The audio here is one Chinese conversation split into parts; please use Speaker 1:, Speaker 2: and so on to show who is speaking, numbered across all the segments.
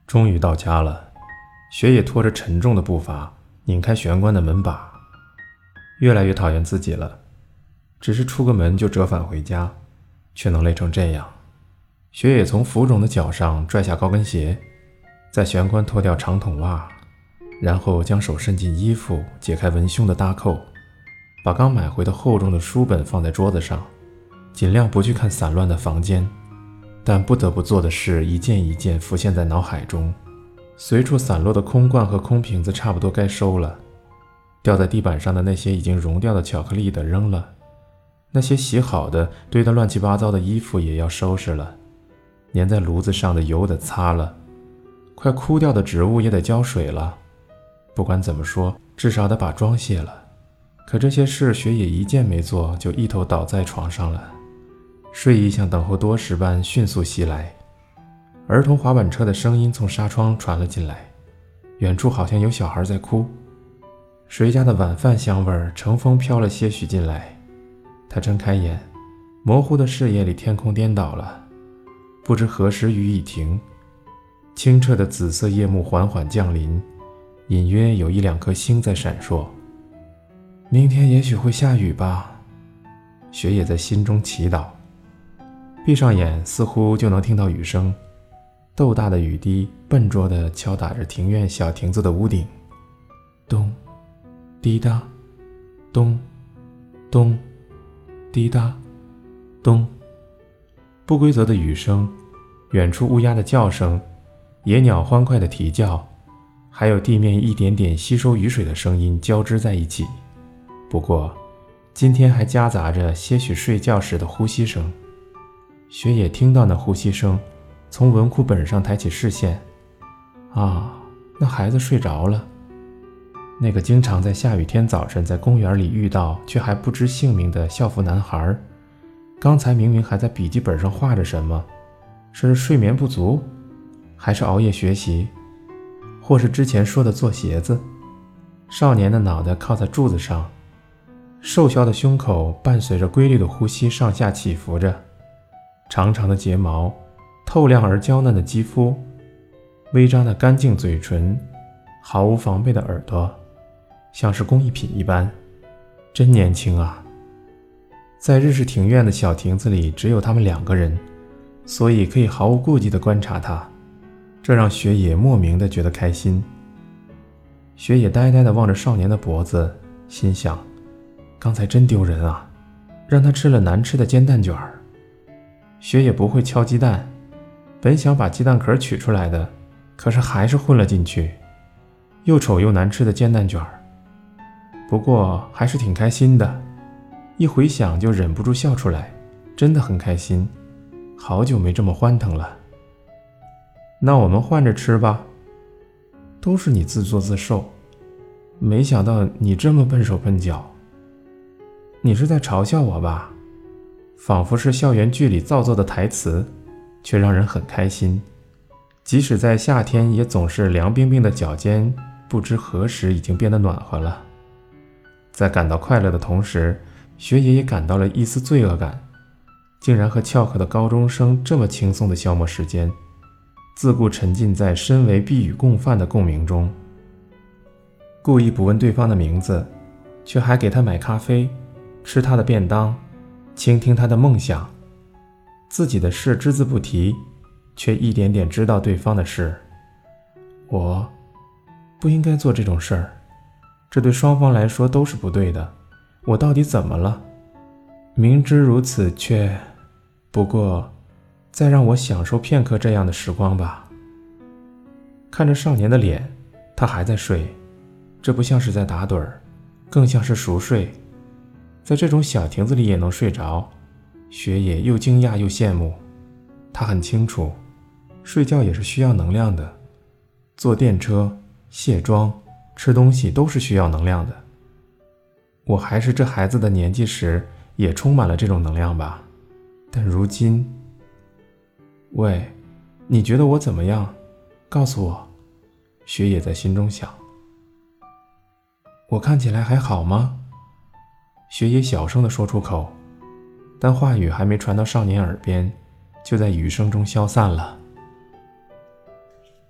Speaker 1: 终于到家了，雪野拖着沉重的步伐拧开玄关的门把。越来越讨厌自己了，只是出个门就折返回家，却能累成这样。雪野从浮肿的脚上拽下高跟鞋，在玄关脱掉长筒袜，然后将手伸进衣服，解开文胸的搭扣，把刚买回的厚重的书本放在桌子上，尽量不去看散乱的房间，但不得不做的事一件一件浮现在脑海中。随处散落的空罐和空瓶子差不多该收了，掉在地板上的那些已经融掉的巧克力的扔了，那些洗好的堆得乱七八糟的衣服也要收拾了，粘在炉子上的油得擦了，快枯掉的植物也得浇水了。不管怎么说，至少得把妆卸了。可这些事雪野一件没做，就一头倒在床上了。睡意像等候多时般迅速袭来，儿童滑板车的声音从纱窗传了进来，远处好像有小孩在哭。谁家的晚饭香味乘风飘了些许进来。他睁开眼，模糊的视野里天空颠倒了，不知何时雨已停，清澈的紫色夜幕缓缓降临，隐约有一两颗星在闪烁。明天也许会下雨吧，雪野在心中祈祷。闭上眼，似乎就能听到雨声，豆大的雨滴笨拙地敲打着庭院小亭子的屋顶，咚滴答，咚咚滴答，咚。不规则的雨声，远处乌鸦的叫声，野鸟欢快的啼叫，还有地面一点点吸收雨水的声音交织在一起。不过今天还夹杂着些许睡觉时的呼吸声。雪野听到那呼吸声，从文库本上抬起视线。那孩子睡着了。那个经常在下雨天早晨在公园里遇到却还不知姓名的校服男孩，刚才明明还在笔记本上画着什么，是睡眠不足，还是熬夜学习，或是之前说的做鞋子？少年的脑袋靠在柱子上，瘦削的胸口伴随着规律的呼吸上下起伏着，长长的睫毛，透亮而娇嫩的肌肤，微张的干净嘴唇，毫无防备的耳朵，像是工艺品一般，真年轻啊。在日式庭院的小亭子里只有他们两个人，所以可以毫无顾忌地观察他，这让雪野莫名地觉得开心。雪野呆呆地望着少年的脖子，心想，刚才真丢人啊，让他吃了难吃的煎蛋卷儿。雪野不会敲鸡蛋，本想把鸡蛋壳取出来的，可是还是混了进去，又丑又难吃的煎蛋卷儿。不过还是挺开心的，一回想就忍不住笑出来，真的很开心，好久没这么欢腾了。那我们换着吃吧。都是你自作自受，没想到你这么笨手笨脚。你是在嘲笑我吧？仿佛是校园剧里造作的台词，却让人很开心。即使在夏天，也总是凉冰冰的脚尖，不知何时已经变得暖和了。在感到快乐的同时，雪野也感到了一丝罪恶感，竟然和翘课的高中生这么轻松地消磨时间，自顾沉浸在身为避雨共犯的共鸣中。故意不问对方的名字，却还给他买咖啡，吃他的便当，倾听他的梦想。自己的事只字不提，却一点点知道对方的事。我不应该做这种事儿，这对双方来说都是不对的。我到底怎么了？明知如此却……不过再让我享受片刻这样的时光吧。看着少年的脸，他还在睡，这不像是在打盹儿，更像是熟睡。在这种小亭子里也能睡着，雪野又惊讶又羡慕。他很清楚，睡觉也是需要能量的，坐电车、卸妆、吃东西都是需要能量的。我还是这孩子的年纪时，也充满了这种能量吧。但如今……喂，你觉得我怎么样？告诉我。雪野在心中想。我看起来还好吗？雪野小声地说出口，但话语还没传到少年耳边，就在雨声中消散了。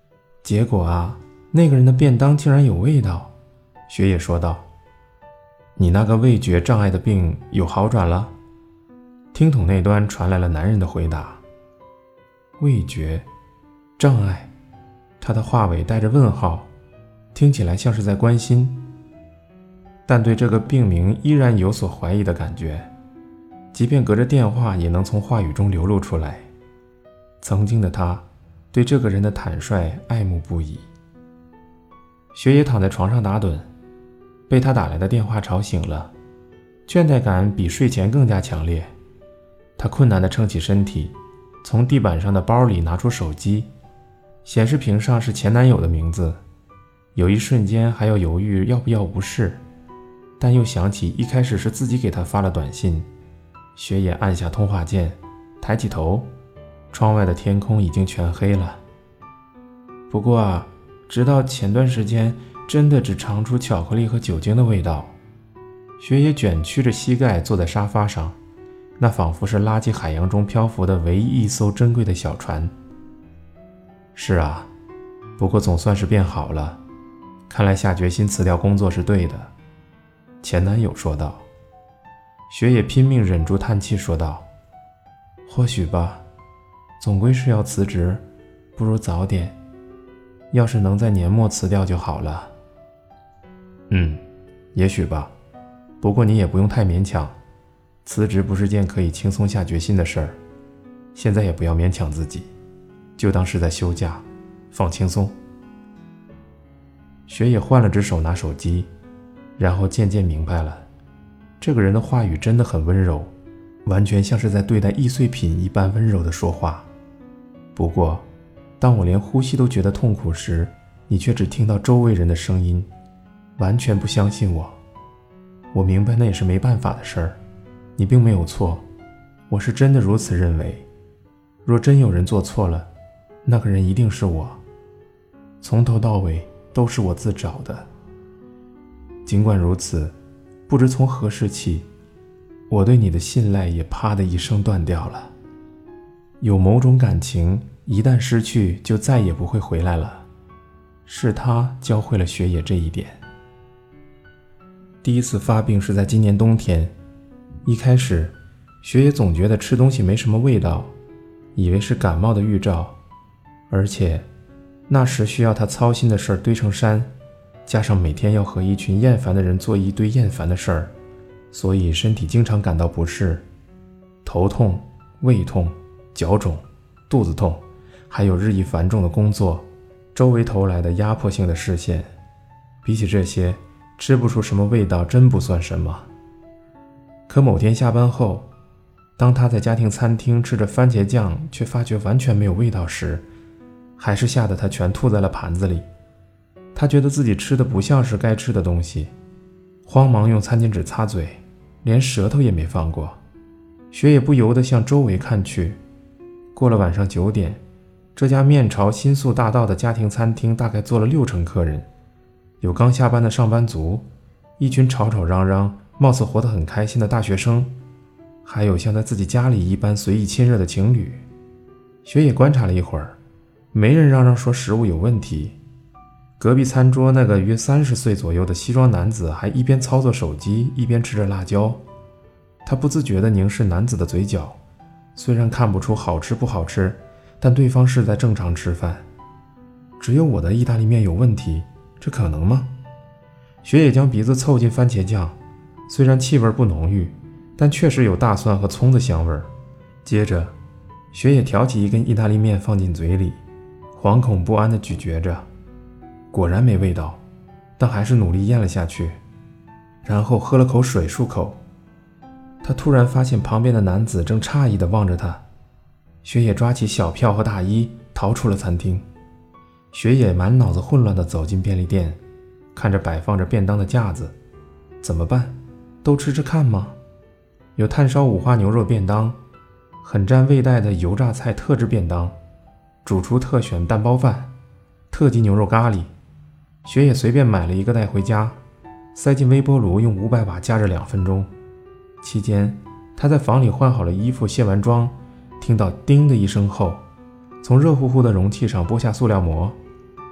Speaker 1: 结果啊，那个人的便当竟然有味道。雪野说道。你那个味觉障碍的病有好转了？听筒那端传来了男人的回答。味觉障碍，他的话尾带着问号，听起来像是在关心，但对这个病名依然有所怀疑的感觉，即便隔着电话也能从话语中流露出来。曾经的他对这个人的坦率爱慕不已。雪野躺在床上打盹，被他打来的电话吵醒了，倦怠感比睡前更加强烈。他困难地撑起身体，从地板上的包里拿出手机，显示屏上是前男友的名字。有一瞬间还要犹豫要不要无视，但又想起一开始是自己给他发了短信。雪野按下通话键，抬起头，窗外的天空已经全黑了。不过啊，直到前段时间真的只尝出巧克力和酒精的味道。雪野卷曲着膝盖坐在沙发上，那仿佛是垃圾海洋中漂浮的唯一一艘珍贵的小船。是啊，不过总算是变好了，看来下决心辞掉工作是对的，前男友说道。雪野拼命忍住叹气说道，或许吧，总归是要辞职，不如早点，要是能在年末辞掉就好了。也许吧，不过你也不用太勉强，辞职不是件可以轻松下决心的事儿，现在也不要勉强自己，就当是在休假，放轻松。雪野换了只手拿手机，然后渐渐明白了，这个人的话语真的很温柔，完全像是在对待易碎品一般温柔地说话。不过，当我连呼吸都觉得痛苦时，你却只听到周围人的声音，完全不相信我。我明白那也是没办法的事儿，你并没有错，我是真的如此认为。若真有人做错了，那个人一定是我，从头到尾都是我自找的。尽管如此，不知从何时起，我对你的信赖也啪的一声断掉了。有某种感情一旦失去就再也不会回来了，是他教会了雪野这一点。第一次发病是在今年冬天，一开始雪野总觉得吃东西没什么味道，以为是感冒的预兆，而且那时需要他操心的事儿堆成山，加上每天要和一群厌烦的人做一堆厌烦的事儿，所以身体经常感到不适，头痛、胃痛、脚肿、肚子痛，还有日益繁重的工作，周围投来的压迫性的视线，比起这些，吃不出什么味道真不算什么。可某天下班后，当他在家庭餐厅吃着番茄酱却发觉完全没有味道时，还是吓得他全吐在了盘子里。他觉得自己吃的不像是该吃的东西，慌忙用餐巾纸擦嘴，连舌头也没放过。雪也不由得向周围看去，过了晚上9点，这家面朝新宿大道的家庭餐厅大概坐了6成客人，有刚下班的上班族，一群吵吵嚷嚷貌似活得很开心的大学生，还有像在自己家里一般随意亲热的情侣。雪野观察了一会儿，没人嚷嚷说食物有问题。隔壁餐桌那个约30岁左右的西装男子还一边操作手机一边吃着辣椒，他不自觉地凝视男子的嘴角，虽然看不出好吃不好吃，但对方是在正常吃饭。只有我的意大利面有问题，这可能吗？雪野将鼻子凑近番茄酱，虽然气味不浓郁，但确实有大蒜和葱的香味。接着雪野挑起一根意大利面放进嘴里，惶恐不安地咀嚼着，果然没味道，但还是努力咽了下去，然后喝了口水漱口。他突然发现旁边的男子正诧异地望着他，雪野抓起小票和大衣逃出了餐厅。雪野满脑子混乱地走进便利店，看着摆放着便当的架子，怎么办？都吃吃看吗？有炭烧五花牛肉便当，很占胃袋的油炸菜特制便当，主厨特选蛋包饭，特级牛肉咖喱。雪野随便买了一个带回家，塞进微波炉用500瓦加热2分钟。期间他在房里换好了衣服，卸完妆，听到叮的一声后，从热乎乎的容器上剥下塑料膜，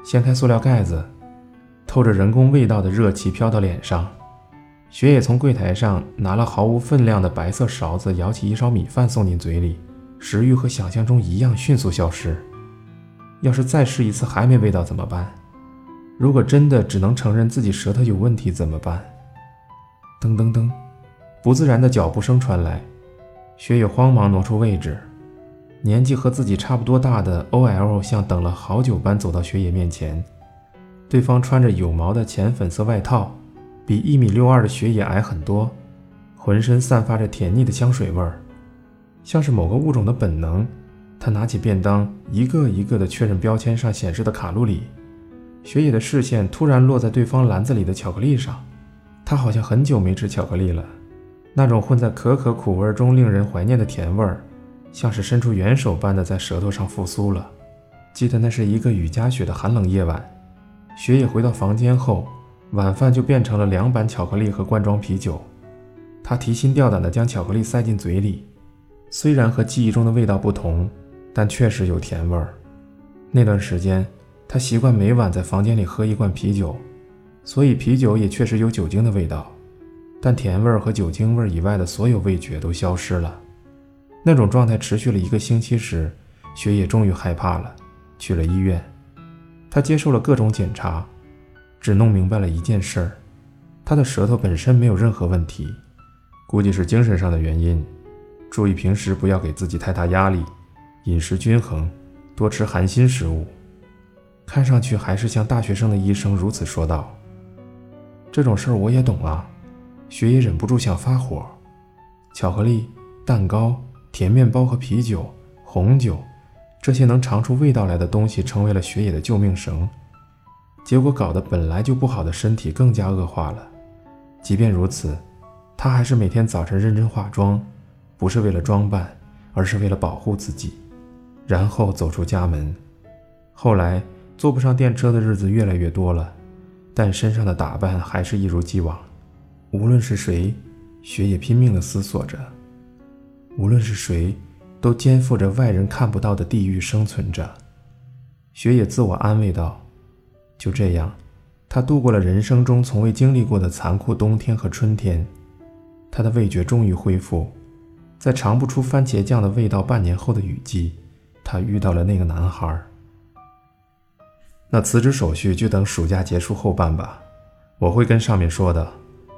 Speaker 1: 掀开塑料盖子，透着人工味道的热气飘到脸上。雪野从柜台上拿了毫无分量的白色勺子，舀起一勺米饭送进嘴里，食欲和想象中一样迅速消失。要是再试一次还没味道怎么办？如果真的只能承认自己舌头有问题怎么办？噔噔噔，不自然的脚步声传来，雪野慌忙挪出位置。年纪和自己差不多大的 OL 像等了好久般走到雪野面前，对方穿着有毛的浅粉色外套，比1.62米的雪野矮很多，浑身散发着甜腻的香水味儿，像是某个物种的本能。他拿起便当，一个一个地确认标签上显示的卡路里。雪野的视线突然落在对方篮子里的巧克力上，他好像很久没吃巧克力了，那种混在可可苦味中令人怀念的甜味儿，像是伸出援手般的在舌头上复苏了。记得那是一个雨夹雪的寒冷夜晚，雪野回到房间后，晚饭就变成了2板巧克力和罐装啤酒。他提心吊胆地将巧克力塞进嘴里，虽然和记忆中的味道不同，但确实有甜味儿。那段时间，他习惯每晚在房间里喝一罐啤酒，所以啤酒也确实有酒精的味道，但甜味儿和酒精味儿以外的所有味觉都消失了。那种状态持续了1个星期时，雪野终于害怕了，去了医院。他接受了各种检查，只弄明白了一件事儿，他的舌头本身没有任何问题，估计是精神上的原因。注意平时不要给自己太大压力，饮食均衡，多吃含锌食物。看上去还是像大学生的医生如此说道。这种事儿我也懂啊，雪野忍不住想发火。巧克力、蛋糕、甜面包和啤酒、红酒，这些能尝出味道来的东西成为了雪野的救命绳，结果搞得本来就不好的身体更加恶化了。即便如此，他还是每天早晨认真化妆，不是为了装扮，而是为了保护自己，然后走出家门。后来坐不上电车的日子越来越多了，但身上的打扮还是一如既往。无论是谁，雪野拼命地思索着，无论是谁，都肩负着外人看不到的地狱生存着。雪野自我安慰道，就这样，他度过了人生中从未经历过的残酷冬天和春天。他的味觉终于恢复，在尝不出番茄酱的味道半年后的雨季，他遇到了那个男孩。那辞职手续就等暑假结束后办吧，我会跟上面说的。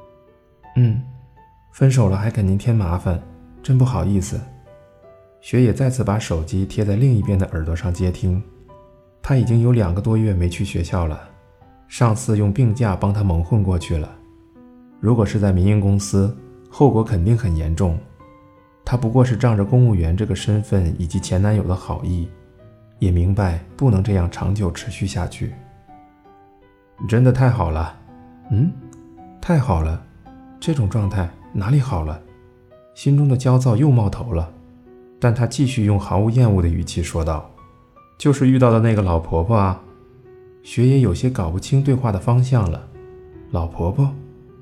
Speaker 1: 分手了还给您添麻烦，真不好意思。雪野再次把手机贴在另一边的耳朵上接听。他已经有2个多月没去学校了，上次用病假帮他蒙混过去了。如果是在民营公司，后果肯定很严重。他不过是仗着公务员这个身份以及前男友的好意，也明白不能这样长久持续下去。真的太好了。太好了，这种状态哪里好了？心中的焦躁又冒头了，但他继续用毫无厌恶的语气说道，就是遇到的那个老婆婆啊。雪野有些搞不清对话的方向了。老婆婆？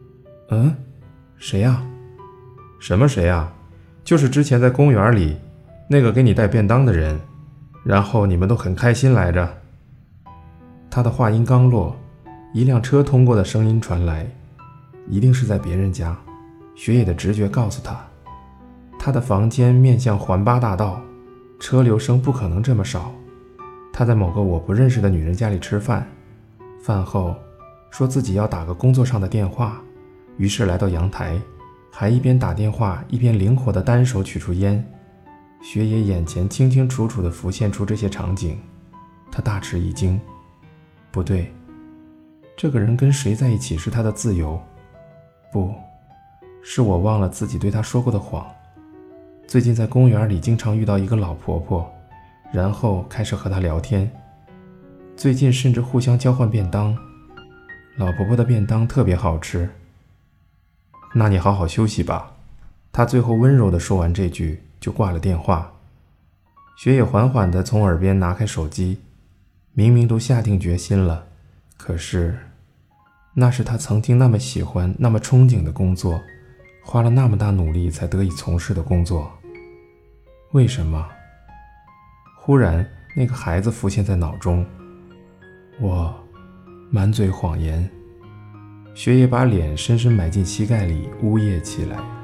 Speaker 1: 谁呀？什么谁呀？就是之前在公园里那个给你带便当的人，然后你们都很开心来着。他的话音刚落，一辆车通过的声音传来，一定是在别人家。雪野的直觉告诉他，他的房间面向环八大道，车流声不可能这么少。他在某个我不认识的女人家里吃饭，饭后说自己要打个工作上的电话，于是来到阳台，还一边打电话一边灵活地单手取出烟。雪野眼前清清楚楚地浮现出这些场景，他大吃一惊。不对，这个人跟谁在一起是他的自由，不是我忘了自己对他说过的谎。最近在公园里经常遇到一个老婆婆，然后开始和她聊天，最近甚至互相交换便当，老婆婆的便当特别好吃。那你好好休息吧。他最后温柔地说完这句就挂了电话。雪野缓缓地从耳边拿开手机，明明都下定决心了，可是那是他曾经那么喜欢那么憧憬的工作，花了那么大努力才得以从事的工作。为什么？忽然那个孩子浮现在脑中。 我满嘴谎言，雪野把脸深深埋进膝盖里，呜咽起来。